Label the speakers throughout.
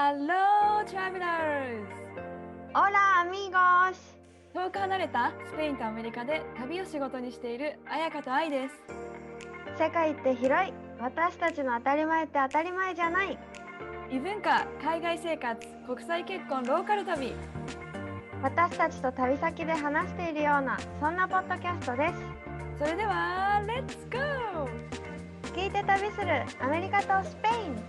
Speaker 1: Hello, travelers!
Speaker 2: Hola amigos!
Speaker 1: 遠く離れたスペインとアメリカで旅を仕事にしている彩香と愛です。
Speaker 2: 世界って広い。私たちの当たり前って当たり前じゃない。
Speaker 1: 異文化、海外生活、国際結婚、ローカル旅。
Speaker 2: 私たちと旅先で話しているような、そんなポッドキャストです。
Speaker 1: それでは、レッツゴー！
Speaker 2: 聞いて旅するアメリカとスペイン。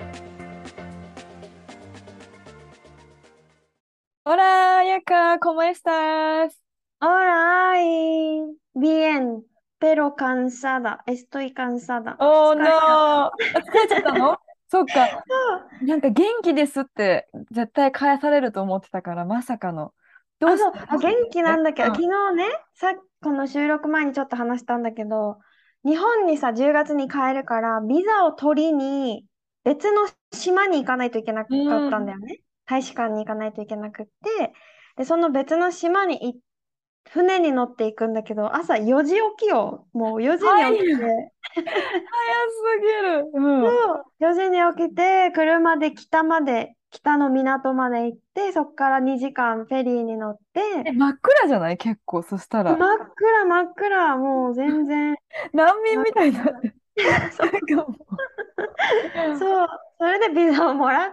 Speaker 1: Hola, Ayaka, ¿cómo estás?
Speaker 2: Hola, ay. Bien, pero cansada. Estoy cansada.
Speaker 1: Oh
Speaker 2: 疲れちゃっ
Speaker 1: no! 疲れちゃったの？そっか。
Speaker 2: た。
Speaker 1: なんか元気ですって絶対返されると思ってたから、まさかの。どうし
Speaker 2: そう、元気な
Speaker 1: て？
Speaker 2: んだけど、昨日ね、この収録前にちょっと話したんだけど、日本にさ、10月に帰るから、ビザを取りに、別の島に行かないといけな
Speaker 1: う
Speaker 2: かったんだ
Speaker 1: ん。
Speaker 2: よね。大使館に行かないといけなくって、で、その別の島に船に乗っていくんだけど、朝4時起きよ。もう4時に起き
Speaker 1: 早
Speaker 2: て、
Speaker 1: すぎる。うん。
Speaker 2: そう、4時に起きて、車で北の港まで行って、そこから2時間フェリーに乗って、
Speaker 1: 真っ暗じゃない結構、そしたら。
Speaker 2: 真っ暗、真っ暗、もう全然。
Speaker 1: 難民
Speaker 2: な
Speaker 1: みたいになって。
Speaker 2: そう、
Speaker 1: なんかもう。
Speaker 2: そう、それでビザをもらって、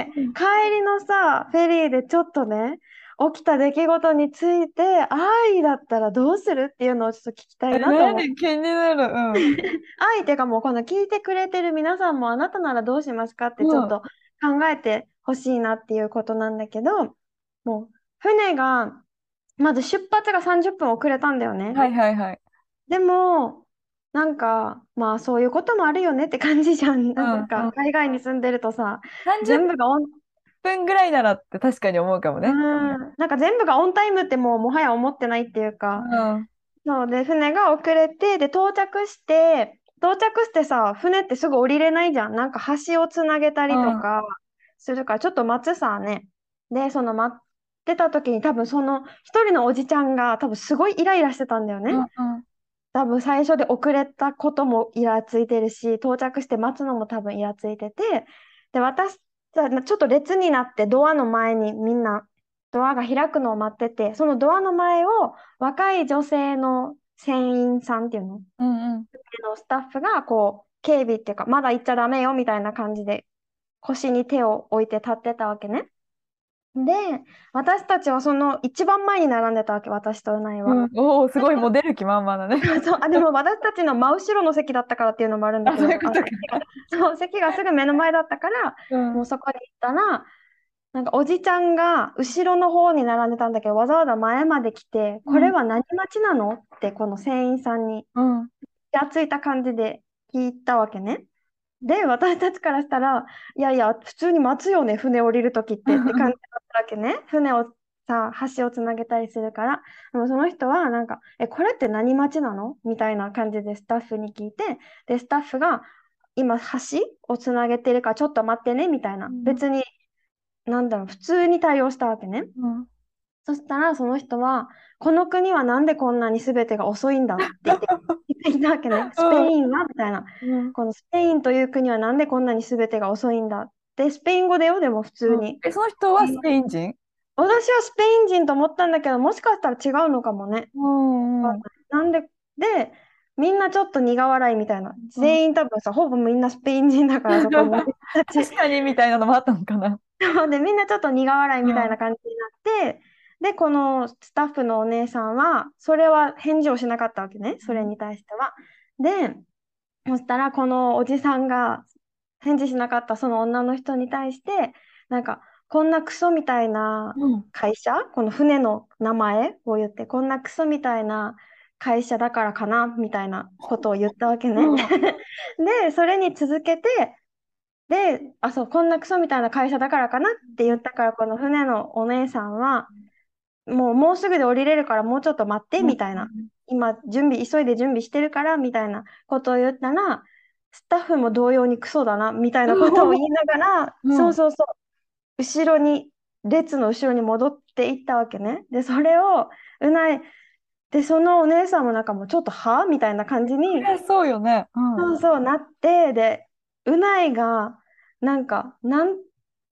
Speaker 1: うん。
Speaker 2: 帰りのさ、フェリーでちょっとね、起きた出来事について、愛だったらどうするっていうのをちょっと聞きたいなと思う。
Speaker 1: 何気になる。うん。
Speaker 2: 愛っていうかもうこの聞いてくれてる皆さんもあなたならどうしますかってちょ
Speaker 1: うん。
Speaker 2: っと考えてほしいなっていうことなんだけど、もう船が、まず出発が30分遅れたんだよね。
Speaker 1: はいはいはい。
Speaker 2: でも、なんか、まあそういうこともあるよねって感じじゃん。
Speaker 1: うん
Speaker 2: なんか、
Speaker 1: うん。
Speaker 2: 海外に住んでるとさ、
Speaker 1: 30
Speaker 2: 全部がオン、
Speaker 1: 分ぐらいならって確かに思うかもね。
Speaker 2: なんか全部がオンタイムってもはや思ってないっていう
Speaker 1: う
Speaker 2: か、
Speaker 1: ん。
Speaker 2: そうで、船が遅れて、で、到着してさ、船ってすぐ降りれないじゃん。なんか橋をつなげた
Speaker 1: うん。
Speaker 2: りとかするから、ちょっと待つさね。で、その待ってた時に多分その一人のおじちゃんが多分すごいイライラしてたんだよね。
Speaker 1: うんうん。
Speaker 2: 多分最初で遅れたこともイラついてるし、到着して待つのも多分イラついてて、で、ちょっと列になってドアの前にみんなドアが開くのを待ってて、そのドアの前を若い女性の船員さんっていうの、
Speaker 1: うんうん。
Speaker 2: のスタッフがこう、警備っていうか、まだ行っちゃダメよみたいな感じで腰に手を置いて立ってたわけね。で、私たちはその一番前に並んでたわけ、私とうないは。
Speaker 1: うん。おお、すごい、もう出る気満々だね。
Speaker 2: そう、でも私たちの真後ろの席だったからっていうのもあるんだ
Speaker 1: あ、
Speaker 2: けど、
Speaker 1: そういうことか。
Speaker 2: 席がすぐ目の前だったから、
Speaker 1: うん。
Speaker 2: もうそこに行ったら、なんかおじちゃんが後ろの方に並んでたんだけど、わざわざ前まで来て、こ
Speaker 1: うん。
Speaker 2: れは何待ちなのってこの船員さんに、
Speaker 1: うん。
Speaker 2: 気がついた感じで聞いたわけね。で、私たちからしたら、いやいや、普通に待つよね、船降りるときって感じだったわけね。船をさ、橋をつなげたりするから。でもその人は、なんか、これって何待ちなのみたいな感じでスタッフに聞いて、で、スタッフが、今、橋をつなげてるから、ちょっと待ってね、みたいな。
Speaker 1: うん。
Speaker 2: 別に、なんだろう、普通に対応したわけね。
Speaker 1: うん。
Speaker 2: そしたら、その人は、この国はなんでこんなに全てが遅いんだって言ったわけね。スペインはみたいな。
Speaker 1: うん。
Speaker 2: このスペインという国はなんでこんなに全てが遅いんだって、スペイン語でよ、でも普通
Speaker 1: うん。
Speaker 2: に。
Speaker 1: その人はスペイン人？
Speaker 2: 私はスペイン人と思ったんだけど、もしかしたら違うのかもね。
Speaker 1: うんうん。
Speaker 2: なんで、で、みんなちょっと苦笑いみたいな。
Speaker 1: うん。
Speaker 2: 全員多分さ、ほぼみんなスペイン人だから、そこにいる人たち。
Speaker 1: 確かにみたいなのもあったのかな。
Speaker 2: で、みんなちょっと苦笑いみたい
Speaker 1: うん。
Speaker 2: な感じになって、で、このスタッフのお姉さんは、それは返事をしなかったわけね、それに対しては。で、そしたら、このおじさんが返事しなかったその女の人に対して、なんか、こんなクソみたいな
Speaker 1: うん。
Speaker 2: 会社、この船の名前を言って、こんなクソみたいな会社だからかな、みたいなことを言ったわけね。
Speaker 1: うん。
Speaker 2: で、それに続けて、で、あ、そう、こんなクソみたいな会社だからかなって言ったから、この船のお姉さんは、もうすぐで降りれるからもうちょっと待って、
Speaker 1: うん。
Speaker 2: みたいな。今、急いで準備してるから、みたいなことを言ったら、スタッフも同様にクソだな、みたいなことを言いながら、
Speaker 1: うん。
Speaker 2: そうそうそう、後ろに、列の後ろに戻っていったわけね。で、それを、うない、で、そのお姉さんもなんかもうちょっと、はみたいな感じに、
Speaker 1: そりゃそうよね。うん。
Speaker 2: そうそうなって、で、うないが、なんか、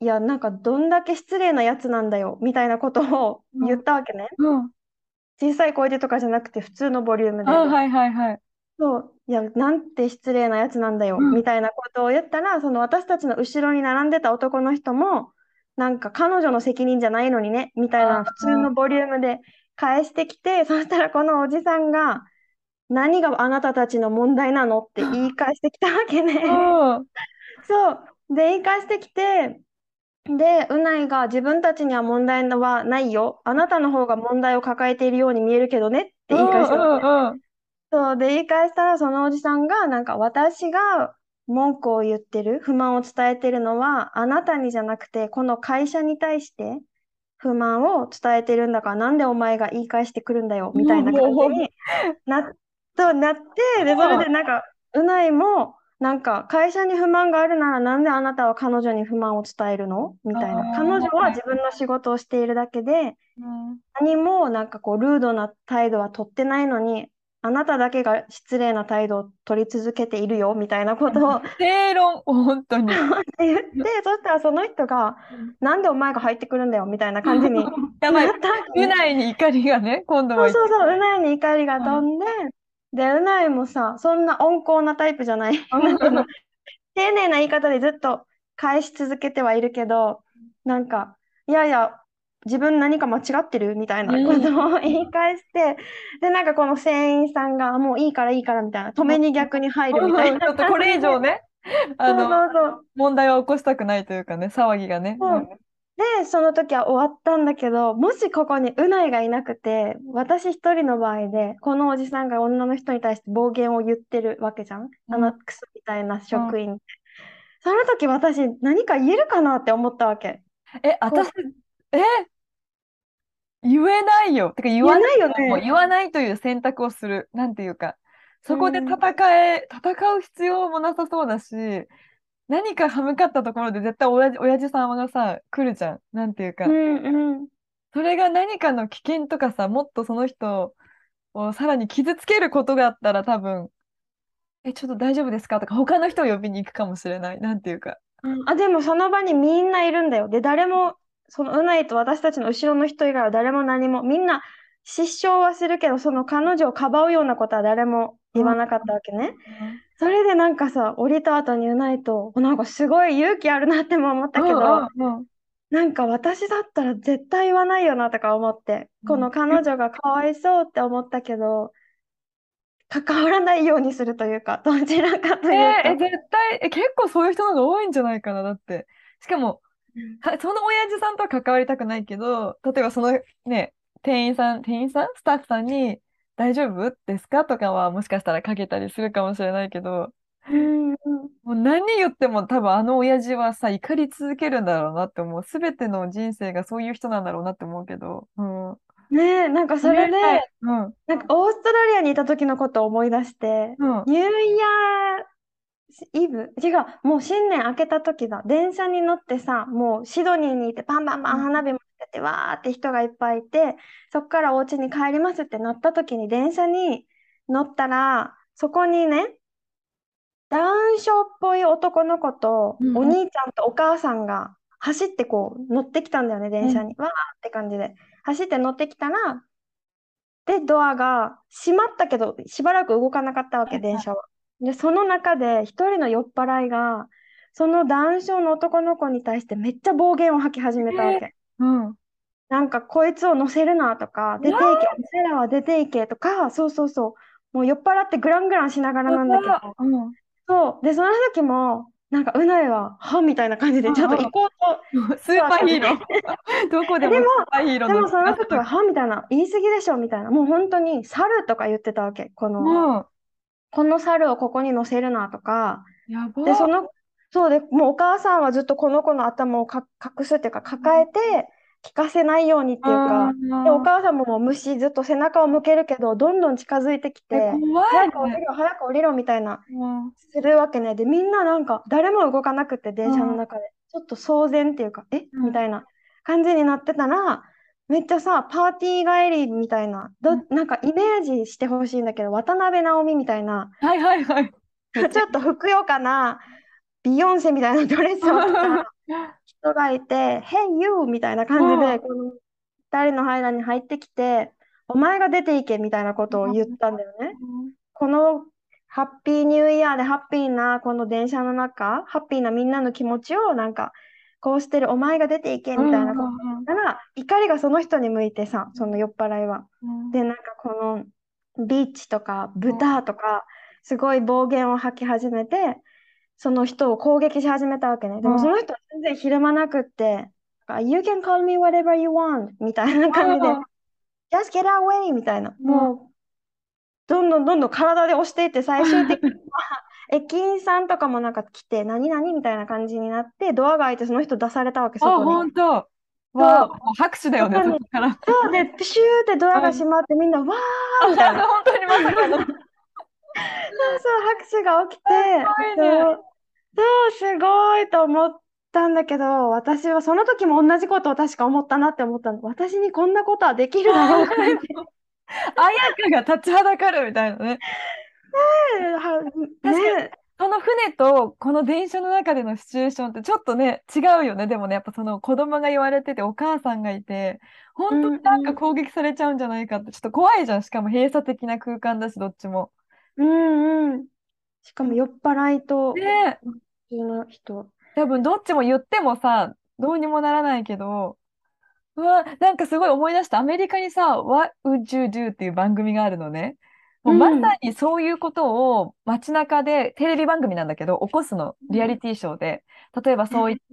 Speaker 2: いや、なんかどんだけ失礼なやつなんだよ、みたいなことを言ったわけね。
Speaker 1: うん。
Speaker 2: 小さい声でとかじゃなくて普通のボリューム
Speaker 1: あ、
Speaker 2: で。
Speaker 1: はいはいはい。
Speaker 2: そう、いや、なんて失礼なやつなんだよ、
Speaker 1: うん。
Speaker 2: みたいなことを言ったら、その私たちの後ろに並んでた男の人も、なんか彼女の責任じゃないのにね、みたいな普通
Speaker 1: あ
Speaker 2: のボリュームで返してきて、そしたらこのおじさんが、何があなたたちの問題なのって言い返してきたわけね。
Speaker 1: あ。うん。
Speaker 2: そう。で、言い返してきて、で、うないが自分たちには問題はないよ。あなたの方が問題を抱えているように見えるけどねって
Speaker 1: う
Speaker 2: 言い返したわけ。
Speaker 1: んうん
Speaker 2: そうで、言い返したら、そのおじさんが、なんか私が文句を言ってる、不満を伝えてるのは、あなたにじゃなくて、この会社に対して不満を伝えてるんだから、なんでお前が言い返してくるんだよ、
Speaker 1: うん。
Speaker 2: みたいな感じ
Speaker 1: もう、
Speaker 2: になって、で、それでなんか、うないも、なんか、会社に不満があるなら、なんであなたは彼女に不満を伝えるのみ
Speaker 1: あ
Speaker 2: たいな。彼女は
Speaker 1: あ、
Speaker 2: 自分の仕事をしているだけで、
Speaker 1: うん。
Speaker 2: 何もなんかこう、ルードな態度は取ってないのに、あなただけが失礼な態度を取り続けているよ、みたいなことを
Speaker 1: 正論、本当に。
Speaker 2: 言って、そしたらその人が、
Speaker 1: うん。
Speaker 2: なんでお前が入ってくるんだよ、みたいな感じに
Speaker 1: やばい。
Speaker 2: なったわけ
Speaker 1: う
Speaker 2: ね。
Speaker 1: ないに怒りがね、今度は言って。
Speaker 2: そうそうそう、うないに怒りが飛
Speaker 1: うん。
Speaker 2: んで、で、うないもさ、そんな温厚なタイプじゃない。なんていうの、丁寧な言い方でずっと返し続けてはいるけど、なんか、いやいや、自分何か間違ってるみたいなこ
Speaker 1: うん。
Speaker 2: とを言い返して、で、なんかこの店員さんが、もういいからいいからみたいな、止めに逆に入るみたいな
Speaker 1: ちょっとこれ
Speaker 2: 感じで、
Speaker 1: 以上ね、あ
Speaker 2: そう
Speaker 1: の、
Speaker 2: そうそう。
Speaker 1: 問題を起こしたくないというかね、騒ぎがね。うん。
Speaker 2: そうで、その時は終わったんだけど、もしここにうないがいなくて、私一人の場合で、このおじさんが女の人に対して暴言を言ってるわけじゃん。
Speaker 1: うん。
Speaker 2: クソみたいな
Speaker 1: うん。
Speaker 2: 職員。その時私何か言えるかなって思ったわけ。
Speaker 1: 私、
Speaker 2: こう、
Speaker 1: え、言えないよ。てか言
Speaker 2: 言え
Speaker 1: わないと思う。
Speaker 2: ないよね。
Speaker 1: 言わないという選択をする。なんていうか、そこで
Speaker 2: うん、
Speaker 1: 戦う必要もなさそうだし、何か歯向かったところで絶対親父さんがさ、来るじゃん。なんていうか。
Speaker 2: うん、うん。
Speaker 1: それが何かの危険とかさ、もっとその人をさらに傷つけることがあったら多分、ちょっと大丈夫ですかとか、他の人を呼びに行くかもしれない。なんていうか。
Speaker 2: あ、でもその場にみんないるんだよ。で、誰も、そのうないと私たちの後ろの人以外は誰も何も、みんな失笑はするけど、その彼女をかばうようなことは誰も言
Speaker 1: うん。
Speaker 2: わなかったわけね。
Speaker 1: うん
Speaker 2: それでなんかさ、降りた後にうないと、なんかすごい勇気あるなっても思っ
Speaker 1: うん
Speaker 2: たけど、
Speaker 1: うん
Speaker 2: なんか私だったら絶対言わないよなとか思って、
Speaker 1: うん。
Speaker 2: この彼女がかわいそうって思ったけど、関わらないようにするというか、どちらかというと。
Speaker 1: 絶対、結構そういう人の方が多いんじゃないかな、だって。しかも、その親父さんとは関わりたくないけど、例えばそのね、店員さん、スタッフさんに、大丈夫ですかとかはもしかしたらかけたりするかもしれないけど、
Speaker 2: うん、うん。
Speaker 1: もう何言っても多分あの親父はさ、怒り続けるんだろうなって思う。すべての人生がそういう人なんだろうなって思うけど、うん。
Speaker 2: ねえ、なんか
Speaker 1: それ
Speaker 2: それで、
Speaker 1: うん、
Speaker 2: なんかオーストラリアにいた時のことを思い出して、
Speaker 1: うん、
Speaker 2: ニューイヤーイブ違う、もう新年明けた時だ。電車に乗ってさ、もうシドニーにいてパンパンパン花火もってて、わーって人がいっぱいいて、そっからお家に帰りますってなった時に電車に乗ったら、そこにね、ダウン症っぽい男の子と
Speaker 1: うん、うん、
Speaker 2: お兄ちゃんとお母さんが走ってこう乗ってきたんだよね、
Speaker 1: うん。
Speaker 2: 電車に。わーって感じで。走って乗ってきたら、で、ドアが閉まったけど、しばらく動かなかったわけ、電車は。で、その中で一人の酔っ払いが、その男性の男の子に対してめっちゃ暴言を吐き始めたわけ。
Speaker 1: うん。
Speaker 2: なんか、こいつを乗せるなとか、
Speaker 1: うわ
Speaker 2: 出ていけ、お前らは出ていけとか、そうそうそう。もう酔っ払ってグラングランしながら
Speaker 1: ー、
Speaker 2: なんだけど、
Speaker 1: うん、うん、
Speaker 2: そう。で、その時も、なんか、うないは、はみたいな感じで、ちょっと行こうと
Speaker 1: うん。スー
Speaker 2: したわけね。
Speaker 1: パーヒーロー。どこで
Speaker 2: でも、
Speaker 1: もスーパーヒーローの気
Speaker 2: その
Speaker 1: がする。
Speaker 2: 時は、はみたいな、言い過ぎでしょみたいな。もう本当に、猿とか言ってたわけ。
Speaker 1: うん。
Speaker 2: この猿をここに乗せるなとか、で、
Speaker 1: やば。
Speaker 2: そうで、もうお母さんはずっとこの子の頭を隠すっていうか、抱えて、聞かせないようにっ
Speaker 1: う
Speaker 2: ていうか、で、お
Speaker 1: ん。
Speaker 2: 母さんももうずっと背中を向けるけど、どんどん近づいてきて、
Speaker 1: 怖いね。
Speaker 2: 早く降りろみたいな、
Speaker 1: うん。
Speaker 2: するわけね。で、みんななんか、誰も動かなくて、電車の
Speaker 1: うん。
Speaker 2: 中で、ちょっと騒然っていうか、
Speaker 1: うん。
Speaker 2: みたいな感じになってたら、めっちゃさ、パーティー帰りみたいな、
Speaker 1: うん。
Speaker 2: なんかイメージしてほしいんだけど、渡辺直美みたいな、
Speaker 1: はいはいはい。めっちゃ、
Speaker 2: ちょっとふくよかな、 ビヨンセみたいなドレスを着た人がいて、Hey you! みたいな感じで、
Speaker 1: うん。
Speaker 2: この二人の間に入ってきて、お前が出ていけみたいなことを言ったんだよね。このハッピーニューイヤーでハッピーなこの電車の中、ハッピーなみんなの気持ちをなんか、こうしてるお前が出ていけ
Speaker 1: うん。
Speaker 2: みたいなこと
Speaker 1: うん。
Speaker 2: 言ったら、怒りがその人に向いてさ、その酔っ払いは。で、なんかこのビーチとか豚とか、すごい暴言を吐き始めて、その人を攻撃し始めたわけね。でもその人は全然ひるまなくって、You can call me whatever you want みたいな感じで、Just get away みたいな。もう、どんどんどんどん体で押していって、最終的には駅員さんとかもなんか来て、何々みたいな感じになって、ドアが開いてその人出されたわけ、
Speaker 1: あ、
Speaker 2: 外に。
Speaker 1: 本当。わあ、
Speaker 2: そう、
Speaker 1: もう拍手だよね、そ
Speaker 2: 外に、
Speaker 1: こから。
Speaker 2: そうで、プシューってドアが閉まって、みんな、わ
Speaker 1: あ、
Speaker 2: ーみたいな。
Speaker 1: 本当にまさかの。す
Speaker 2: そうそう、拍手が起きて、
Speaker 1: ごいね。
Speaker 2: そう、そう、すごいと思ったんだけど、私はその時も同じことを確か思ったなって思ったの。私にこんなことはできるだろうかって。
Speaker 1: 綾香が立ちはだかるみたいなね。確かに、
Speaker 2: ね
Speaker 1: その船とこの電車の中でのシチュエーションってちょっとね、違うよね。でもね、やっぱその子供が言われてて、お母さんがいて、
Speaker 2: う
Speaker 1: 本当になんか
Speaker 2: んうん
Speaker 1: 攻撃されちゃうんじゃないかって、ちょっと怖いじゃん。しかも閉鎖的な空間だし、どっちも。
Speaker 2: うんうん。しかも酔っ払いと
Speaker 1: ね、
Speaker 2: 普通の人。
Speaker 1: 多分どっちも言ってもさ、どうにもならないけど、うわ、なんかすごい思い出した。アメリカにさ、What Would You Do っていう番組があるのね。も
Speaker 2: う
Speaker 1: うまさ
Speaker 2: ん。
Speaker 1: にそういうことを街中で、テレビ番組なんだけど、起こすの、リアリティショーで。例えばそういった、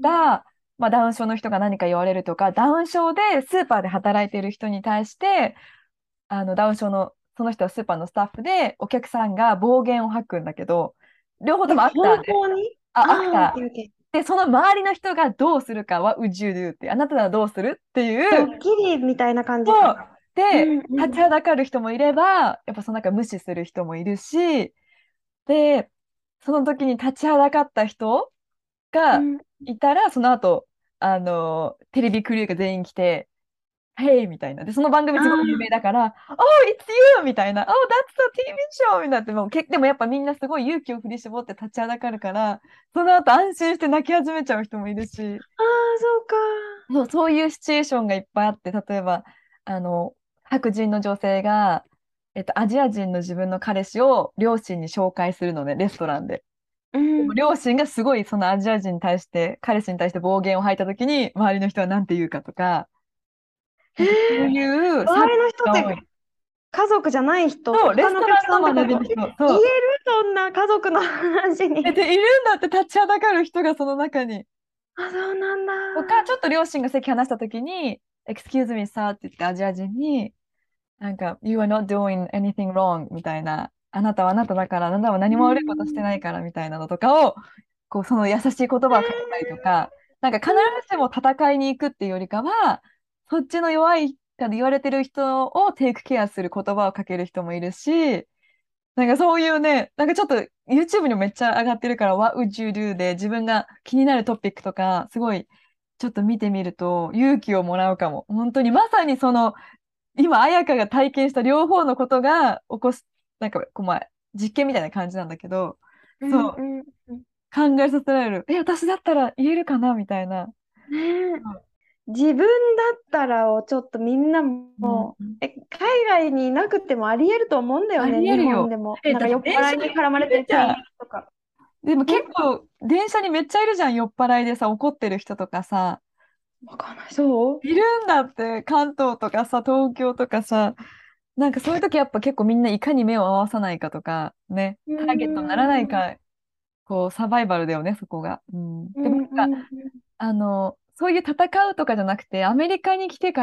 Speaker 1: まあ、ダウン症の人が何か言われるとか、ダウン症でスーパーで働いている人に対して、ダウン症の、その人はスーパーのスタッフで、お客さんが暴言を吐くんだけど、両方ともアクター
Speaker 2: 本
Speaker 1: で、
Speaker 2: 当に
Speaker 1: アク
Speaker 2: オッ
Speaker 1: ター。
Speaker 2: ケーオッケー。
Speaker 1: で、その周りの人がどうするかは、Would you do って、あなたならどうするっていう、
Speaker 2: ドッキリみたいな感じ
Speaker 1: そう。
Speaker 2: か。う
Speaker 1: で、
Speaker 2: んうん。
Speaker 1: 立ちはだかる人もいれば、やっぱその中無視する人もいるし、で、その時に立ちはだかった人が
Speaker 2: うん
Speaker 1: いたら、その後、テレビクルーが全員来て、Hey! みたいな。で、その番組
Speaker 2: あ
Speaker 1: すごい有名
Speaker 2: あ、
Speaker 1: だから、Oh, it's you! みたいな。Oh, that's the TV show! みたいなって、もうでもやっぱみんなすごい勇気を振り絞って立ちはだかるから、その後安心して泣き始めちゃう人もいるし、
Speaker 2: ああ、そうか。
Speaker 1: そういうシチュエーションがいっぱいあって、例えば、白人の女性が、アジア人の自分の彼氏を両親に紹介するのね、レストランで。でも
Speaker 2: うん。
Speaker 1: 両親がすごいそのアジア人に対して、彼氏に対して暴言を吐いたときに、周りの人は何て言うかとか、
Speaker 2: へ
Speaker 1: なんかそう
Speaker 2: え、
Speaker 1: いう差別
Speaker 2: 周りの人って
Speaker 1: が多い。
Speaker 2: 家族じゃない人、
Speaker 1: そう、レ
Speaker 2: 他のお
Speaker 1: ストランの
Speaker 2: 客さんってこと？
Speaker 1: 周りの人、
Speaker 2: 言える
Speaker 1: そう。
Speaker 2: そんな家族の話に。
Speaker 1: で、いるんだって立ちはだかる人がその中に。
Speaker 2: あ、そうなんだ。
Speaker 1: とか、ちょっと両親が席離したときに、Excuse me, sir って言ってアジア人に、なんか、You are not doing anything wrong みたいな、あなたはあなただから、あなたは
Speaker 2: う
Speaker 1: 何も悪いことして
Speaker 2: ん。
Speaker 1: ないからみたいなのとかを、こう、その優しい言葉をかけたりとか、なんか必ずしも戦いに行くっていうよりかは、そっちの弱いから言われてる人をテイクケアする言葉をかける人もいるし、なんかそういうね、なんかちょっと YouTube にもめっちゃ上がってるから、What would you do で自分が気になるトピックとか、すごいちょっと見てみると勇気をもらうかも。本当にまさにその今、彩香が体験した両方のことが起こす、なんか、こう、まあ、実験みたいな感じなんだけど、
Speaker 2: うん
Speaker 1: そう、
Speaker 2: うんうん。
Speaker 1: 考えさせられる。私だったら言えるかなみたいな。
Speaker 2: ねえ、
Speaker 1: う
Speaker 2: 自分だったらをちょっとみんなも、
Speaker 1: ん、
Speaker 2: 海外にいなくてもありえると思うんだよ
Speaker 1: あ
Speaker 2: ね、日
Speaker 1: りえるよ。
Speaker 2: 本でも。なんか酔っ
Speaker 1: だって電車
Speaker 2: 払いに絡ま
Speaker 1: い
Speaker 2: れてる店員
Speaker 1: るじゃん。
Speaker 2: とか。
Speaker 1: でも結
Speaker 2: ん
Speaker 1: 構、電車にめっちゃいるじゃん、酔っ払いでさ、怒ってる人とかさ。
Speaker 2: わかんない。そう
Speaker 1: いるんだって、関東とかさ、東京とかさ。なんかそういう時やっぱ結構みんないかに目を合わさないかとか、ね、
Speaker 2: う
Speaker 1: ターゲットにならない
Speaker 2: ん。
Speaker 1: か、こう、サバイバルだよね、そこが。うん。
Speaker 2: う
Speaker 1: でもなんか、
Speaker 2: んうん
Speaker 1: そういう戦うとかじゃなくて、アメリカに来てから、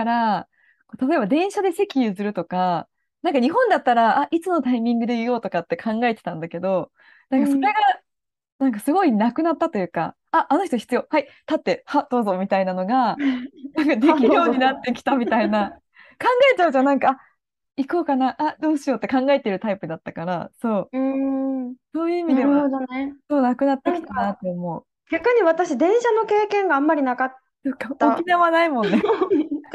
Speaker 1: 例えば電車で席譲るとか、なんか日本だったら、いつのタイミングで言おうとかって考えてたんだけど、なんかそれが、
Speaker 2: うん。
Speaker 1: なんかすごいなくなったというか、あの人必要、はい、立って、どうぞみたいなのが、なんかで
Speaker 2: あ、
Speaker 1: きるように
Speaker 2: どうぞ。
Speaker 1: なってきたみたいな、考えちゃうじゃん、なんか、行こうかな、どうしようって考えてるタイプだったから、そう、
Speaker 2: うーん。
Speaker 1: そういう意味
Speaker 2: なるほ
Speaker 1: では、
Speaker 2: どね。
Speaker 1: そうなくなってきたな
Speaker 2: なんか、
Speaker 1: と思う。
Speaker 2: 逆に私、電車の経験があんまりなかっ
Speaker 1: そっか沖
Speaker 2: た
Speaker 1: 縄ないもんね。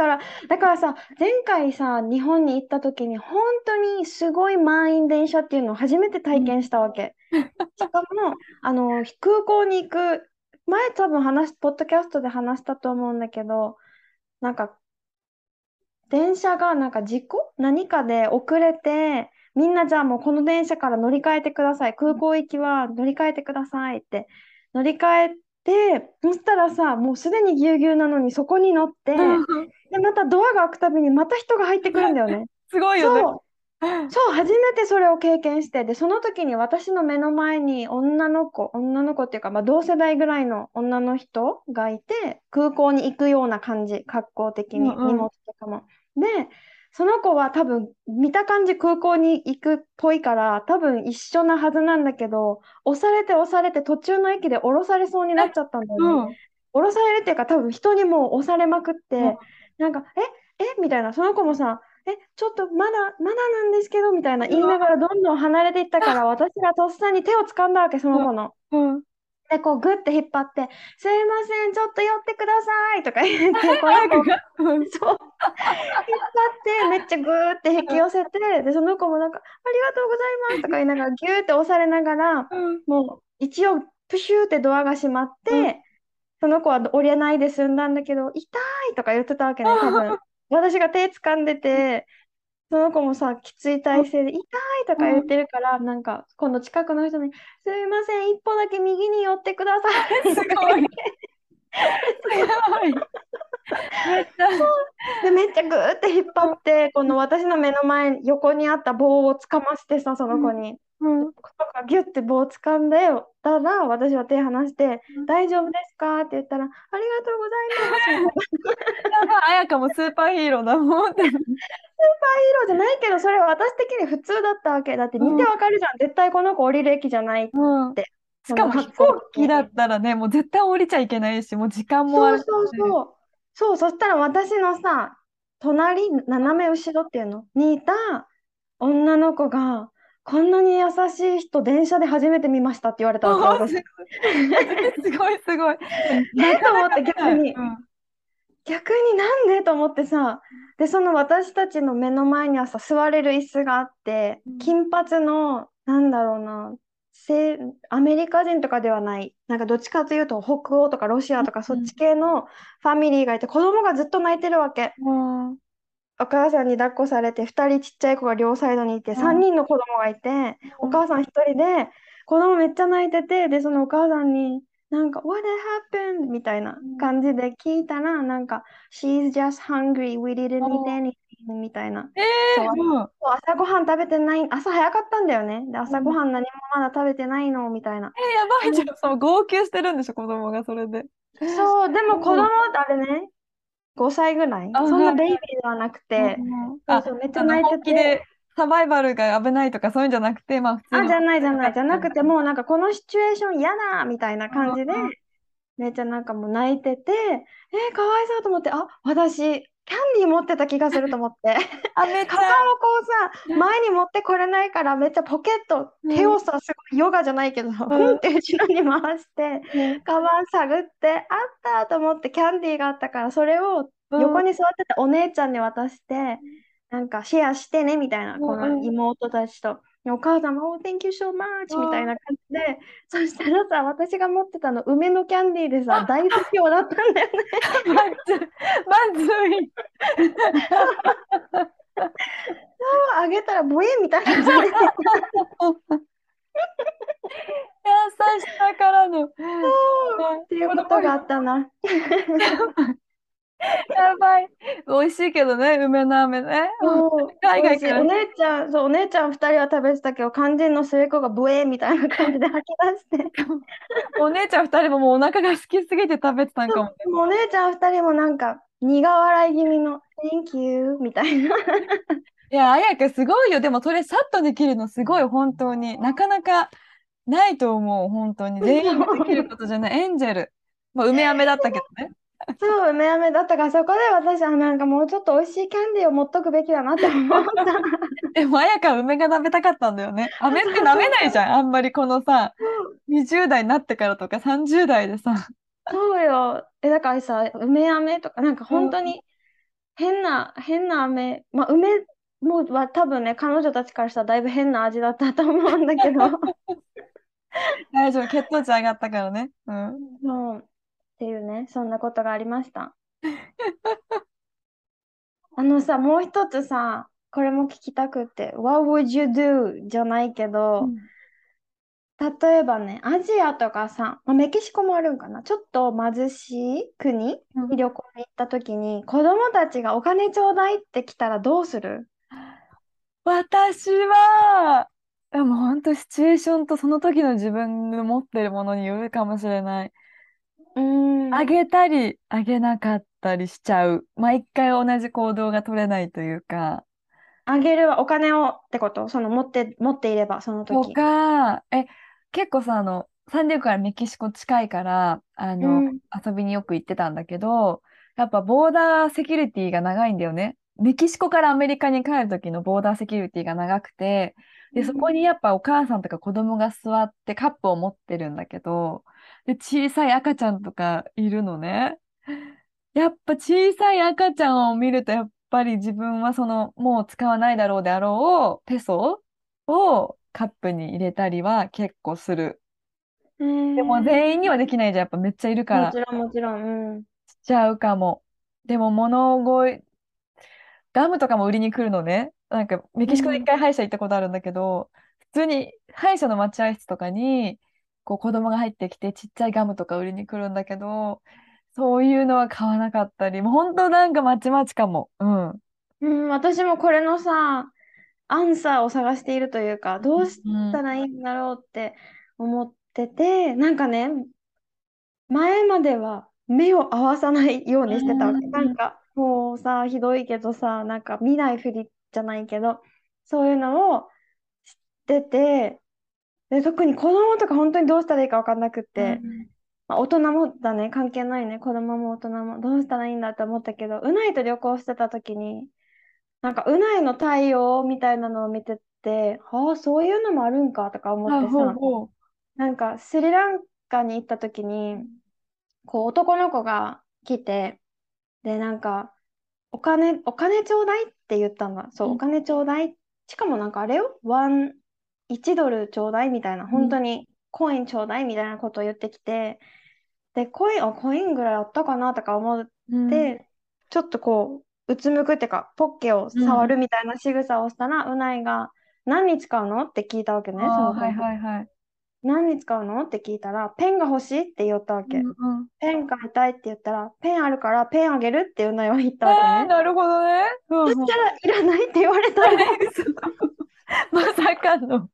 Speaker 2: だからさ、前回さ、日本に行った時に、本当にすごい満員電車っていうのを初めて体験したわけ。しかも、空港に行く、前多分ポッドキャストで話したと思うんだけど、なんか、電車がなんか事故何かで遅れて、みんなじゃあもうこの電車から乗り換えてください。空港行きは乗り換えてくださいって乗り換えて、そしたらさ、もうすでにぎゅうぎゅうなのにそこに乗って、で、またドアが開くたびにまた人が入ってくるんだよね。
Speaker 1: すごいよね。
Speaker 2: そう、そう、初めてそれを経験して、で、その時に私の目の前に女の子っていうか、まあ、同世代ぐらいの女の人がいて、空港に行くような感じ、格好的に、荷
Speaker 1: うんうん。
Speaker 2: 物とかも。で、その子は多分、見た感じ空港に行くっぽいから、多分一緒なはずなんだけど、押されて途中の駅で降ろされそうになっちゃったんだよね。
Speaker 1: うん。
Speaker 2: 降ろされるっていうか、多分人にもう押されまくっ
Speaker 1: うん。
Speaker 2: て、なんか、みたいな、その子もさ、ちょっとまだなんですけど、みたいな言いながらどんどん離れていったから、私がとっさに手を掴んだわけ、その子の。
Speaker 1: うん。
Speaker 2: で、こうグッて引っ張って、すいません、ちょっと寄ってくださいとか言って、この子、
Speaker 1: 早くが。うん。
Speaker 2: そう、引っ張って、めっちゃグーって引き寄せて、で、その子もなんか、ありがとうございますとか言いながら、ギューって押されながら、
Speaker 1: うん。
Speaker 2: もう一応、プシューってドアが閉まっ
Speaker 1: うん。
Speaker 2: て、その子は降りないで済んだんだけど、痛いとか言ってたわけね、多分。私が手掴んでて、その子もさ、きつい体勢で、痛いとか言っ
Speaker 1: うん。
Speaker 2: てるから、なんか、今度近くの人に、すいません、一歩だけ右に寄ってください
Speaker 1: す
Speaker 2: とか
Speaker 1: ごい。
Speaker 2: 言って、
Speaker 1: すごい。めっちゃ。
Speaker 2: で、めっちゃグーって引っ張って、この私の目の前、横にあった棒をつかましてさ、その子に。で、
Speaker 1: うん。
Speaker 2: この子がギュッて棒を掴んでたら、私は手離して、大丈夫ですかって言ったら、ありがとうございますみたいな。
Speaker 1: やばい、彩香もスーパーヒーローだもん。
Speaker 2: スーパーヒーローじゃないけど、それは私的に普通だったわけ。だって見て
Speaker 1: うん。
Speaker 2: わかるじゃん。絶対この子降りる駅じゃないっ
Speaker 1: うん。
Speaker 2: て。
Speaker 1: しかも飛
Speaker 2: その格好的に。
Speaker 1: 行機だったらね、もう絶対降りちゃいけないし、もう時間もあるし。
Speaker 2: そうそうそう。そう、そしたら私のさ、斜め後ろっていうのにいた女の子が、こんなに優しい人、電車で初めて見ましたって言われたわけ、
Speaker 1: おー、
Speaker 2: 私。
Speaker 1: すごい、すごい。なかなか
Speaker 2: と思って
Speaker 1: 見ない。
Speaker 2: 逆になんでと思ってさ、で、その私たちの目の前にはさ、座れる椅子があって、
Speaker 1: うん。
Speaker 2: 金髪の、なんだろうな、アメリカ人とかではない、なんかどっちかというと北欧とかロシアとかそっち系のファミリーがいて、子供がずっと泣いてるわけ。
Speaker 1: うん。
Speaker 2: お母さんに抱っこされて、2人ちっちゃい子が両サイドにいて、3人の子供がいて、お母さん1人で、子供めっちゃ泣いてて、で、そのお母さんに、なんか、What happened? みたいな
Speaker 1: うん。
Speaker 2: 感じで聞いたら、なんか、She's just hungry, we didn't eat
Speaker 1: おー。
Speaker 2: anything みたいな。そう、
Speaker 1: うん。
Speaker 2: 朝ごはん食べてない、朝早かったんだよね。で、
Speaker 1: うん。
Speaker 2: 朝ごはん何もまだ食べてないのみたいな。
Speaker 1: やばいじゃん。そう、号泣してるんでしょ、子供がそれで。
Speaker 2: そう、でも子供
Speaker 1: うん。
Speaker 2: あれね、5歳ぐらい
Speaker 1: あ、
Speaker 2: そんな
Speaker 1: はい。
Speaker 2: ベイビーではなくて、
Speaker 1: うん。あ、
Speaker 2: そうそう、めっちゃ泣いてて、
Speaker 1: 本気でサバイバルが危ないとかそういうんじゃなくて、まあ普通
Speaker 2: あ、
Speaker 1: に
Speaker 2: じゃないじゃない、
Speaker 1: 生活
Speaker 2: じゃなくて、もうなんかこのシチュエーション嫌だみたいな感じで、
Speaker 1: うん。
Speaker 2: めっちゃなんかもう泣いてて、かわいそうと思って、あ、私、キャンディー持ってた気がすると思って、
Speaker 1: あ、めっ
Speaker 2: カバン
Speaker 1: ちゃ。
Speaker 2: をこうさ、前に持ってこれないから、めっちゃポケット、
Speaker 1: うん。
Speaker 2: 手をさ、すごいヨガじゃないけど、ふ
Speaker 1: うん。
Speaker 2: んって後ろに回して、
Speaker 1: うん。
Speaker 2: カバン探って、あったと思って、キャンディーがあったから、それを
Speaker 1: うん。
Speaker 2: 横に座ってたお姉ちゃんに渡して、なんかシェアしてねみたいな、この
Speaker 1: うん。
Speaker 2: 妹たちと。お母さんも、Oh, thank you so
Speaker 1: う
Speaker 2: much みたい
Speaker 1: ん。
Speaker 2: な感じで、そしたらさ、私が持ってたの梅のキャンディーでさ、大不評だったんだよね。
Speaker 1: まず、まずい。
Speaker 2: あげたらブイーンみたいな感じで、
Speaker 1: 優しさからの。
Speaker 2: っていう
Speaker 1: 子供が
Speaker 2: ことがあったな。
Speaker 1: やばい。美味しいけどね、梅の飴ね。
Speaker 2: そう、美味しい。
Speaker 1: 海外から。
Speaker 2: お姉ちゃん二人は食べてたけど、肝心の末っ子がブエーみたいな感じで吐き出して。
Speaker 1: お姉ちゃん二人ももうお腹が空きすぎて食べてたんかもね。
Speaker 2: もうお姉ちゃん二人もなんか苦笑い気味の Thank you みたいな。
Speaker 1: いや、綾香すごいよ。でもそれさっとできるのすごい、本当に。なかなかないと思う、本当に。全員ができることじゃない。エンジェル。まあ、梅飴だったけどね。
Speaker 2: そう、梅飴だったから、そこで私はなんかもうちょっと美味しいキャンディーを持っとくべきだなって思った。
Speaker 1: でも、綾香は梅が食べたかったんだよね。飴って
Speaker 2: そう
Speaker 1: 舐め
Speaker 2: そうそう。
Speaker 1: ないじゃん。あんまりこのさ、
Speaker 2: そう
Speaker 1: 20代になってからとか30代でさ。
Speaker 2: そうよ。だからさ、梅飴とか、なんか
Speaker 1: うん。
Speaker 2: 本当に、 変な飴、まあ、梅もは多分ね、彼女たちからしたらだいぶ変な味だったと思うんだけど、
Speaker 1: 大丈夫、血糖値上がったからね。うん。
Speaker 2: そうっていうね、そんなことがありました。あのさ、もう一つさ、これも聞きたくって、What would you do? じゃないけど、
Speaker 1: うん。
Speaker 2: 例えばね、アジアとかさ、まあ、メキシコもあるんかな、ちょっと貧しい国に
Speaker 1: うん。
Speaker 2: 旅行に行った時に、子供たちがお金ちょうだいって来たらどうする？
Speaker 1: 私は、でも本当シチュエーションとその時の自分の持ってるものによるかもしれない。
Speaker 2: うーん。
Speaker 1: あげたり、あげなかったりしちゃう。毎回同じ行動が取れないというか。
Speaker 2: あげるはお金をってこと？持っていれば、その
Speaker 1: と
Speaker 2: 時。
Speaker 1: か、結構さ、サンディエゴからメキシコ近いから、
Speaker 2: うん。
Speaker 1: 遊びによく行ってたんだけど、やっぱボーダーセキュリティが長いんだよね。メキシコからアメリカに帰る時のボーダーセキュリティが長くて、で、そこにやっぱお母さんとか子供が座ってカップを持ってるんだけど、で、小さい赤ちゃんとかいるのね。やっぱ小さい赤ちゃんを見ると、やっぱり自分はもう使わないだろうであろうペソをカップに入れたりは結構する。
Speaker 2: え
Speaker 1: でも全員に
Speaker 2: ー、
Speaker 1: はできないじゃん。やっぱめっちゃいるから、
Speaker 2: もちろん、もちろん。うん。
Speaker 1: しちゃうかも。でもガムとかも売りに来るのね。なんかメキシコで一
Speaker 2: うん。
Speaker 1: 回歯医者行ったことあるんだけど、普通に歯医者の待合室とかに、こう子供が入ってきてちっちゃいガムとか売りに来るんだけど、そういうのは買わなかったり、もう本当なんかまちまちかも。うん。
Speaker 2: うん、私もこれのさ、アンサーを探しているというか、どうし
Speaker 1: うん。
Speaker 2: たらいいんだろうって思ってて、なんかね、前までは目を合わさないよう
Speaker 1: う
Speaker 2: にしてたわけ。なん
Speaker 1: ん。
Speaker 2: かもうさ、ひどいけどさ、なんか見ないふりじゃないけど、そういうのを知ってて、で、特に子供とか本当にどうしたらいいか分かんなくって、
Speaker 1: うん。
Speaker 2: まあ、大人もだね、関係ないね、子供も大人もどうしたらいいんだって思ったけど、うないと旅行してた時に、なんかうないの対応みたいなのを見てて、ああ、そういうのもあるんかとか思っ
Speaker 1: あ、
Speaker 2: てさ、
Speaker 1: ほうほ
Speaker 2: なんかスリランカに行った時に、こう男の子が来て、で、なんか、お金ちょうだいって言ったんだ。そう、
Speaker 1: う。う
Speaker 2: お
Speaker 1: ん。
Speaker 2: 金ちょうだい。しかもなんかあれよ、1ドルちょうだいみたいな、
Speaker 1: うん。
Speaker 2: 本当にコインちょうだいみたいなことを言ってきて、で、コインぐらいあったかなとか思っ
Speaker 1: うん。
Speaker 2: て、ちょっとこう、うつむくっていうか、ポッケを
Speaker 1: うん。
Speaker 2: 触るみたいな仕草をしたら、うないが、何に使うのって聞いたわけね、そ
Speaker 1: ああ、はい
Speaker 2: の子に。
Speaker 1: はいはい。
Speaker 2: 何に使うのって聞いたら、ペンが欲しいって言ったわけ。
Speaker 1: うんうん。
Speaker 2: ペン買いたいって言ったら、ペンあるからペンあげるってうないは言ったわけね。
Speaker 1: なるほどね。うんうん。
Speaker 2: そしたら、いらないって言われたの。
Speaker 1: 嘘。まさかの。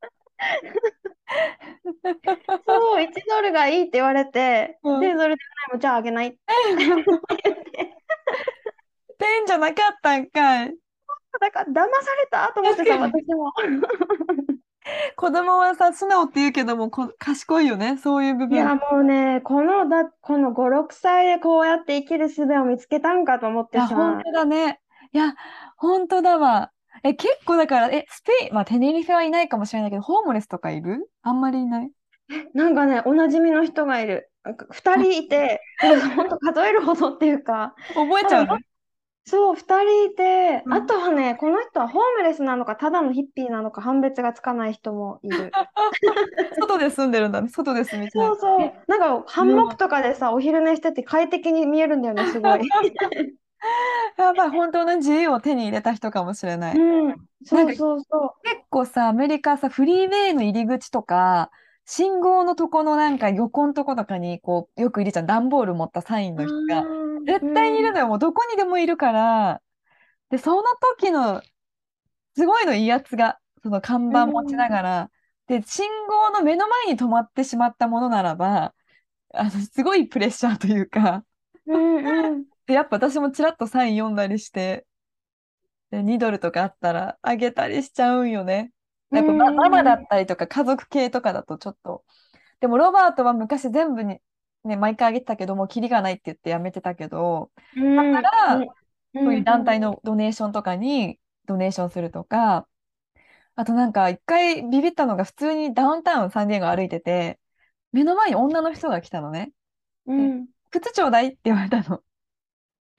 Speaker 2: そう、1ドルがいいって言われて、で、
Speaker 1: うん。
Speaker 2: それでうないも、じゃああげないって言って。
Speaker 1: ペンじゃなかったんかい。
Speaker 2: だから、騙されたと思ってさ、
Speaker 1: 確かに。
Speaker 2: 私も。
Speaker 1: 子供はさ、素直って言うけども、賢いよね。そういう部分。
Speaker 2: いや、もうね、この5、6歳でこうやって生きる術を見つけたんかと思っ
Speaker 1: いや、本
Speaker 2: てさ、
Speaker 1: 当だね。いや、本当だわ。結構だから、スペイン、まあ、テネリフェはいないかもしれないけど、ホームレスとかいる？あんまりいない？
Speaker 2: なんかね、おなじみの人がいる。なんか2
Speaker 1: あ、
Speaker 2: 人いて、でも本当数えるほどっていうか、多分
Speaker 1: 覚えちゃうね。
Speaker 2: そう、2人いて、あ
Speaker 1: うん。
Speaker 2: とはね、この人はホームレスなのか、ただのヒッピーなのか、判別がつかない人もいる。
Speaker 1: 外で住んでるんだね。外で住みたい。
Speaker 2: そうそう。なんか、ハンモック
Speaker 1: うん。
Speaker 2: とかでさ、お昼寝してて快適に見えるんだよね、すごい。
Speaker 1: やっぱり本当の自由を手に入れた人かもしれない。
Speaker 2: うん、そう
Speaker 1: なんか
Speaker 2: そうそ
Speaker 1: 結構さ、アメリカさ、フリーウェイの入り口とか、信号のとこのなんか横のとことかに、こう、よくいるじゃん。段ボール持ったサイン
Speaker 2: う。
Speaker 1: の人が。
Speaker 2: う
Speaker 1: 絶対にいる
Speaker 2: ん、
Speaker 1: のよ。もうどこにでもいるから。で、その時の、すごいの、威圧が、その看
Speaker 2: う
Speaker 1: 板持ちな
Speaker 2: ん、
Speaker 1: がら。で、信号の目の前に止まってしまったものならば、すごいプレッシャーというか。
Speaker 2: うん、うん、
Speaker 1: で、やっぱ私もちらっとサイン読んだりして、で、2ドルとかあったらあげたりしちゃうんよね。
Speaker 2: う
Speaker 1: やっぱママだ
Speaker 2: ん、
Speaker 1: ったりとか家族系とかだとちょっと。でもロバートは昔全部にね、毎回あげてたけど、もうキリがないって言ってやめてたけど、
Speaker 2: うん、うん、
Speaker 1: だからそういう
Speaker 2: うん、
Speaker 1: 団体のドネーションとかにドネーションするとか、あとなんか一回ビビったのが普通にダウンタウンサンディエゴ歩いてて、目の前に女の人が来たのね。で、
Speaker 2: うん、
Speaker 1: 靴ちょうだいって言われたの。え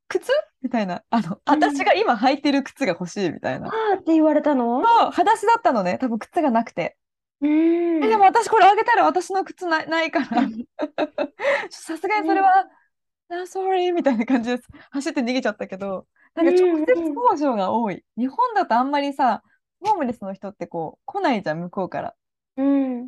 Speaker 1: 靴みたいな。私
Speaker 2: うん。
Speaker 1: が今履いてる靴が欲しいみたいな。
Speaker 2: あーって言われたの？
Speaker 1: そう、裸足だったのね。多分靴がなくて。
Speaker 2: うん。
Speaker 1: でも私これあげたら私の靴ないから、さすがにそれ
Speaker 2: ね。
Speaker 1: は、sorry みたいな感じです。走って逃げちゃったけど、な
Speaker 2: う
Speaker 1: んか直接
Speaker 2: んうん。
Speaker 1: 交渉が多い。日本だとあんまりさ、ホームレスの人ってこう、来ないじゃん、向こうから。
Speaker 2: うん。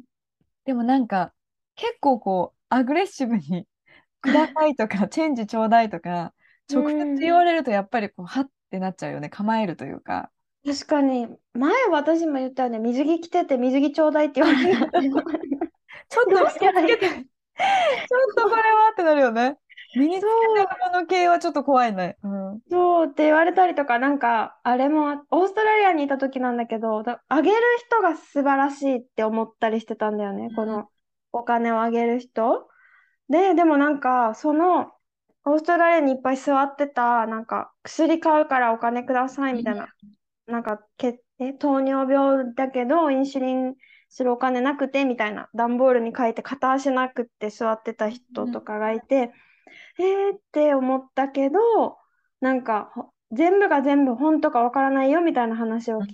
Speaker 1: でもなんか、結構こう、アグレッシブに、くださいとか、チェンジちょうだいとか、
Speaker 2: う
Speaker 1: 直接
Speaker 2: ん。
Speaker 1: 言われるとやっぱりこう、はってなっちゃうよね。構えるというか。
Speaker 2: 確かに、前私も言ったよね、水着着てて水着ちょうだいって言われるよね。
Speaker 1: ちょっ
Speaker 2: どう
Speaker 1: と身に
Speaker 2: したらいい？
Speaker 1: つけて、ちょっとこれはってなるよね。身に
Speaker 2: そ
Speaker 1: つけてる
Speaker 2: う、
Speaker 1: もの系はちょっと怖いね。うん。
Speaker 2: そうって言われたりとか、なんか、あれも、オーストラリアにいた時なんだけど、あげる人が素晴らしいって思ったりしてたんだよね、このお金をあげる人。でもなんか、オーストラリアにいっぱい座ってた、なんか、薬買うからお金くださいみたいな、なんか、糖尿病だけど、インシュリンするお金なくてみたいな、段ボールに書いて片足なくって座ってた人とかがいて、って思ったけど、なんか、全部が全部本当かわからないよみたいな話を
Speaker 1: うん。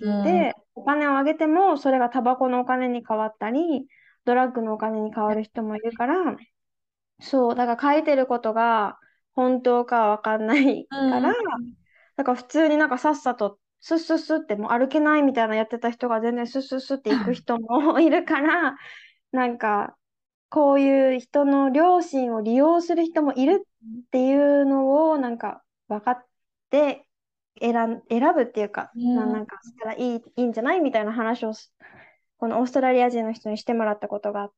Speaker 2: 聞いて、お金をあげても、それがタバコのお金に変わったり、ドラッグのお金に変わる人もいるから、そう、だから書いてることが本当かわかんないから、
Speaker 1: うん。
Speaker 2: だから普通になんかさっさとスッスッスッってもう歩けないみたいなやってた人が全然スッスッスッって行く人もいるから、なんかこういう人の良心を利用する人もいるっていうのをなんか分かって選ぶっていうか、
Speaker 1: うん。
Speaker 2: なんかしたらいいんじゃないみたいな話をこのオーストラリア人の人にしてもらったことがあって、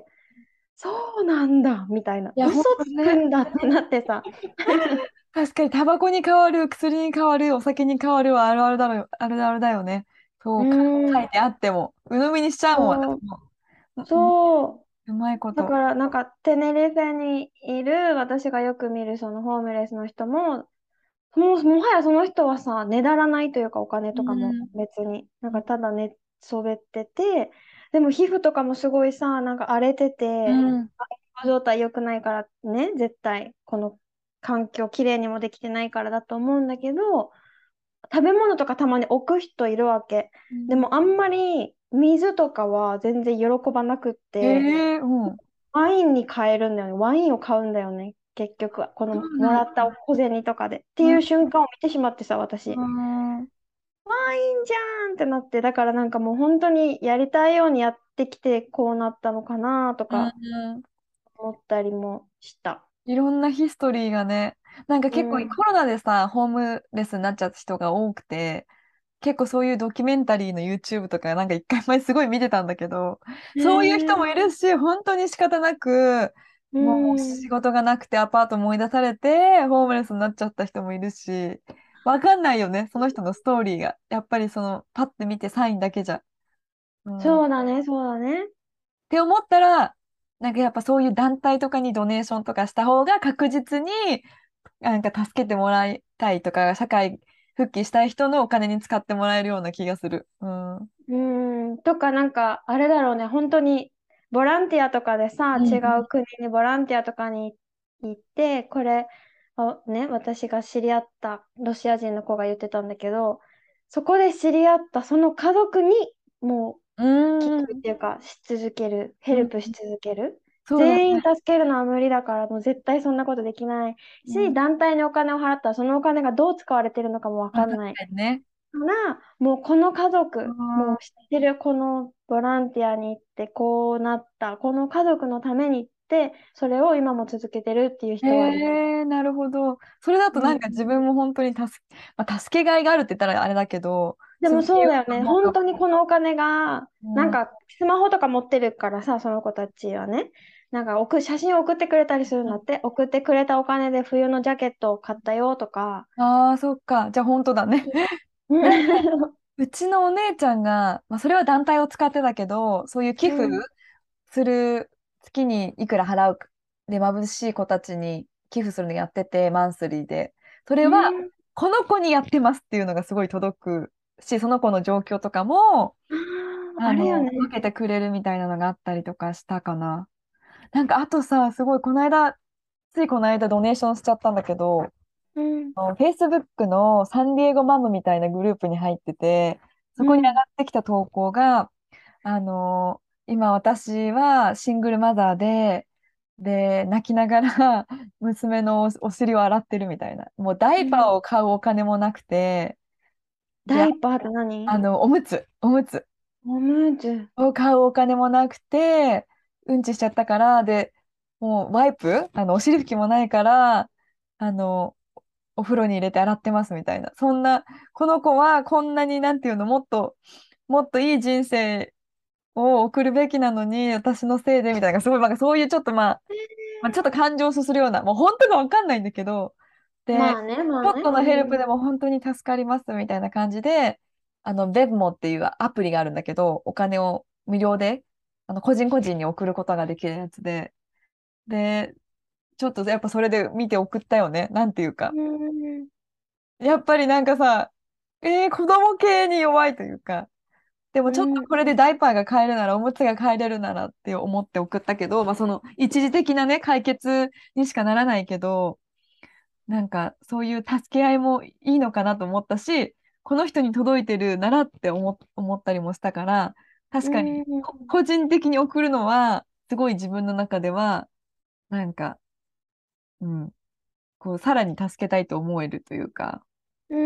Speaker 2: そうなんだみたいな、
Speaker 1: いや、本
Speaker 2: 嘘つく
Speaker 1: 当ね。
Speaker 2: んだってなってさ。
Speaker 1: 確かに、タバコに変わる、薬に変わる、お酒に変わるはあるあるだろう、あるあるだよね。そ
Speaker 2: う
Speaker 1: う、書い
Speaker 2: ん、
Speaker 1: てあっても、鵜呑みにしちゃうもん、
Speaker 2: そう、
Speaker 1: 私も。うん、
Speaker 2: そう。
Speaker 1: うまいこと。
Speaker 2: だからなんかテネリフェにいる私がよく見るそのホームレスの人も、もはやその人はさ、ねだらないというかお金
Speaker 1: う
Speaker 2: とかも
Speaker 1: ん。
Speaker 2: 別に、なんかただね、そべってて、でも皮膚とかもすごいさ、なんか荒れて
Speaker 1: う
Speaker 2: て、
Speaker 1: ん。
Speaker 2: 状態良くないからね、絶対この環境きれいにもできてないからだと思うんだけど、食べ物とかたまに置く人いるわけ。
Speaker 1: うん。
Speaker 2: でもあんまり水とかは全然喜ばなくって、
Speaker 1: うん。
Speaker 2: ワインに変えるんだよね。ワインを買うんだよね。結局は。この
Speaker 1: そうなんだ。
Speaker 2: もらった小銭とかで。って
Speaker 1: うん。
Speaker 2: いう瞬間を見てしまってさ、私。
Speaker 1: うん。
Speaker 2: ワインじゃんってなって、だからなんかもう本当にやりたいようにやってきてこうなったのかなと
Speaker 1: うん。
Speaker 2: か思ったりもした。
Speaker 1: いろんなヒストリーがね、なんか
Speaker 2: う
Speaker 1: 結構
Speaker 2: ん。
Speaker 1: コロナでさ、ホームレスになっちゃった人が多くて、結構そういうドキュメンタリーの YouTube とかなんか一回前すごい見てたんだけど、
Speaker 2: へ
Speaker 1: そういう人もい
Speaker 2: え。
Speaker 1: るし、本当に仕方なく、
Speaker 2: う
Speaker 1: もう仕
Speaker 2: ん。
Speaker 1: 事がなくてアパートも追い出されて、ホームレスになっちゃった人もいるし、わかんないよね、その人のストーリーが。やっぱりその、パッて見てサインだけじゃ。うん。っ
Speaker 2: そうだね、そうだね。
Speaker 1: て思ったら、なんかやっぱそういう団体とかにドネーションとかした方が確実になんか助けてもらいたいとか、社会復帰したい人のお金に使ってもらえるような気がする。うん。
Speaker 2: とかなんか、あれだろうね、本当に、ボランティアとかでさ、違
Speaker 1: うんうん。
Speaker 2: う国にボランティアとかに行って、これ、ね、私が知り合ったロシア人の子が言ってたんだけど、そこで知り合ったその家族にも
Speaker 1: う
Speaker 2: う聞
Speaker 1: ーん。
Speaker 2: くっていうか、し続ける、ヘ
Speaker 1: うん。
Speaker 2: ルプし続ける。
Speaker 1: そうだね。
Speaker 2: 全員助けるのは無理だから、もう絶対そんなことできないし、
Speaker 1: うん。
Speaker 2: 団体にお金を払ったら、そのお金がどう使われてるのかもわ
Speaker 1: まあ、確
Speaker 2: かんない。
Speaker 1: かにね。
Speaker 2: からもうこの家
Speaker 1: う
Speaker 2: 族、も
Speaker 1: ん。
Speaker 2: う知ってるこのボランティアに行ってこうなった、この家族のために行って、それを今も続けてるっていう
Speaker 1: へ
Speaker 2: 人はいる。
Speaker 1: え、なるほど。それだと
Speaker 2: うん、
Speaker 1: なんか自分も本当にまあ、助けがいがあるって言ったらあれだけど、
Speaker 2: でも
Speaker 1: 続けよ
Speaker 2: そうだよね。
Speaker 1: うと思うかも。
Speaker 2: 本当にこのお金が、
Speaker 1: うん。
Speaker 2: なんかスマホとか持ってるからさ、その子たちはね、なんか写真を送ってくれたりするんだって、送ってくれたお金で冬のジャケットを買ったよとか。
Speaker 1: ああー、そっか。じゃあ本当だね。
Speaker 2: う
Speaker 1: なんか
Speaker 2: ん。
Speaker 1: うちのお姉ちゃんが、まあ、それは団体を使ってたけど、そういう寄付
Speaker 2: うん
Speaker 1: する、月にいくら払うで、眩しい子たちに寄付するのやってて、マンスリーで。それは、
Speaker 2: うん。
Speaker 1: この子にやってますっていうのがすごい届くし、その子の状況とかも、
Speaker 2: あるよね。
Speaker 1: 分けてくれるみたいなのがあったりとかしたかな。なんか、あとさ、すごい、ついこの間ドネーションしちゃったんだけど、
Speaker 2: うん。
Speaker 1: Facebook のサンディエゴマムみたいなグループに入ってて、そこに上が
Speaker 2: うん。
Speaker 1: ってきた投稿が、今私はシングルマザーで、泣きながら娘のお尻を洗ってるみたいな。もうダイパー
Speaker 2: うん。
Speaker 1: を買うお金もなくて、で、
Speaker 2: ダイパーって何？
Speaker 1: おむつ
Speaker 2: おむつ。
Speaker 1: を買うお金もなくて、うんちしちゃったから、で、もうワイプ、お尻拭きもないから、あの、お風呂に入れて洗ってますみたいな。そんな、この子はこんなになんていうの、もっといい人生を送るべきなのに、私のせいでみたいな、すごい、なんかそういうちょっとまあ、ちょっと感情をそするような、もう本当かわかんないんだけど、で、
Speaker 2: まあね、まあね。
Speaker 1: ちょっとのヘルプ
Speaker 2: うん。
Speaker 1: でも本当に助かりますみたいな感じで、ベブモっていうアプリがあるんだけど、お金を無料で、個人個人に送ることができるやつで、ちょっとやっぱそれで見て送ったよね。なんていうか。
Speaker 2: うん。
Speaker 1: やっぱりなんかさ、子供系に弱いというか、でもちょっと
Speaker 2: うん。
Speaker 1: これでダイパーが買えるなら、おむつが買えれるならって思って送ったけど、まあその一時的なね、解決にしかならないけど、なんかそういう助け合いもいいのかなと思ったし、この人に届いてるならって思ったりもしたから、
Speaker 2: う
Speaker 1: 確かに
Speaker 2: ん。
Speaker 1: 個人的に送るのは、すごい自分の中では、なんか、うん、こう、さらに助けたいと思えるというか、
Speaker 2: うん。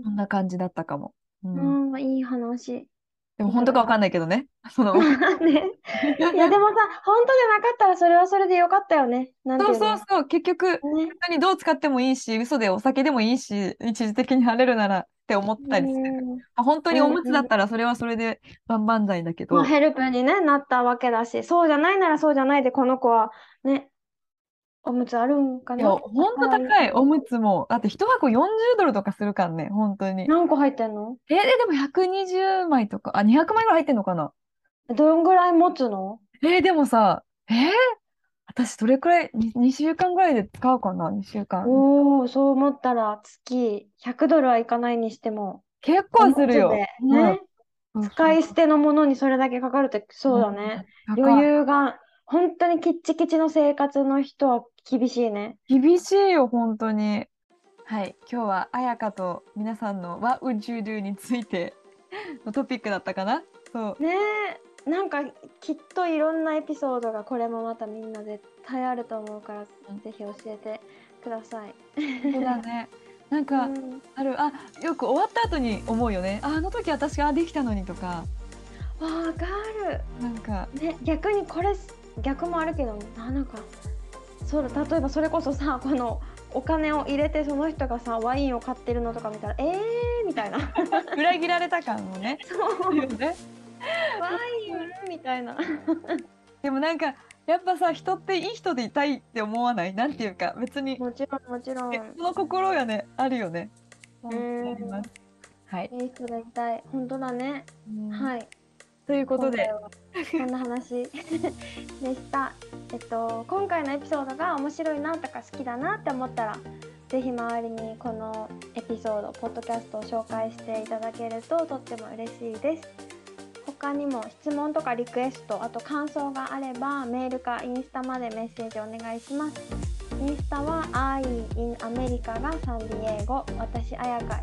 Speaker 1: そんな感じだったかも。うん。
Speaker 2: うん、いい話
Speaker 1: でも
Speaker 2: いただき。
Speaker 1: 本当かわかんないけどね。
Speaker 2: まあね。いや、でもさ、本当じゃなかったらそれはそれでよかったよね。なん
Speaker 1: そう
Speaker 2: ていうの。
Speaker 1: そうそう、結局、本
Speaker 2: ね。
Speaker 1: 当にどう使ってもいいし、嘘でお酒でもいいし、一時的に晴れるならって思っ
Speaker 2: う
Speaker 1: たりしてる。
Speaker 2: ん。
Speaker 1: まあ、本当にお
Speaker 2: うん。
Speaker 1: むつだったらそれはそれで万々歳だけ
Speaker 2: まあ、
Speaker 1: ど、
Speaker 2: ヘルプに、ね、なったわけだし、そうじゃないならそうじゃないで、この子はね、おむつあるんか
Speaker 1: いや、
Speaker 2: な。あっ
Speaker 1: 本
Speaker 2: たらいいけ
Speaker 1: 当高い、お
Speaker 2: ど。
Speaker 1: むつも。だって一箱40ドルとかするからね、本当に。
Speaker 2: 何個入ってんの？
Speaker 1: でも120枚とか、200枚ぐらい入ってんのかな。
Speaker 2: どんぐらい持つの？
Speaker 1: でもさ、私どれくらい、2週間ぐらいで使うかな、2週間。
Speaker 2: おおー、そう思ったら月100ドルはいかないにしても、
Speaker 1: 結構
Speaker 2: おむ
Speaker 1: するよ。
Speaker 2: つで
Speaker 1: うん。
Speaker 2: ね、
Speaker 1: そうそうそ
Speaker 2: 使い捨てのものにそれだけかかるって
Speaker 1: う。
Speaker 2: そう
Speaker 1: うん、
Speaker 2: だね。余
Speaker 1: 高い。
Speaker 2: 裕が、本当にキッチキチの生活の人は厳しいね。
Speaker 1: 厳しいよ、本当に。はい、今日は彩香と皆さんの What would you do についてのトピックだったかな。そう。
Speaker 2: ねえ、なんかきっといろんなエピソードがこれもまたみんな絶対あると思うから、
Speaker 1: うん、
Speaker 2: ぜひ教えてください。
Speaker 1: そうだね。なんか、
Speaker 2: うん、
Speaker 1: よく終わった後に思うよね。あの時私ができたのにとか、
Speaker 2: わかる。
Speaker 1: なんか、
Speaker 2: ね、逆にこれ逆もあるけど、なんかそうだ、例えばそれこそさ、このお金を入れてその人がさワインを買ってるのとか見たらみたいな。
Speaker 1: 裏切られた感もね。
Speaker 2: そう
Speaker 1: よね。
Speaker 2: ワインみたいな。
Speaker 1: でもなんか、やっぱさ、人っていい人でいたいって思わない？なんていうか、別に、
Speaker 2: もちろんもちろん。
Speaker 1: その心がね、あるよね。
Speaker 2: う
Speaker 1: 本当にあります。
Speaker 2: ん、
Speaker 1: はい。
Speaker 2: いい人でいたい。本当だね。
Speaker 1: うん、
Speaker 2: はい。
Speaker 1: ということで、
Speaker 2: 今回はそんな話でした。今回のエピソードが面白いなとか好きだなって思ったら、ぜひ周りにこのエピソード、ポッドキャストを紹介していただけるととっても嬉しいです。他にも質問とかリクエスト、あと感想があればメールかインスタまでメッセージお願いします。インスタは I in アメリカがサンディエゴ、私あやか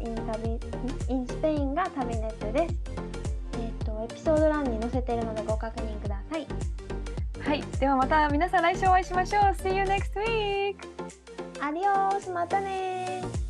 Speaker 2: in スペインが旅熱です。エピソード欄に載せているのでご確認ください。
Speaker 1: はい。ではまた皆さん来週お会いしましょう。See you next week!
Speaker 2: アディオース、またねー。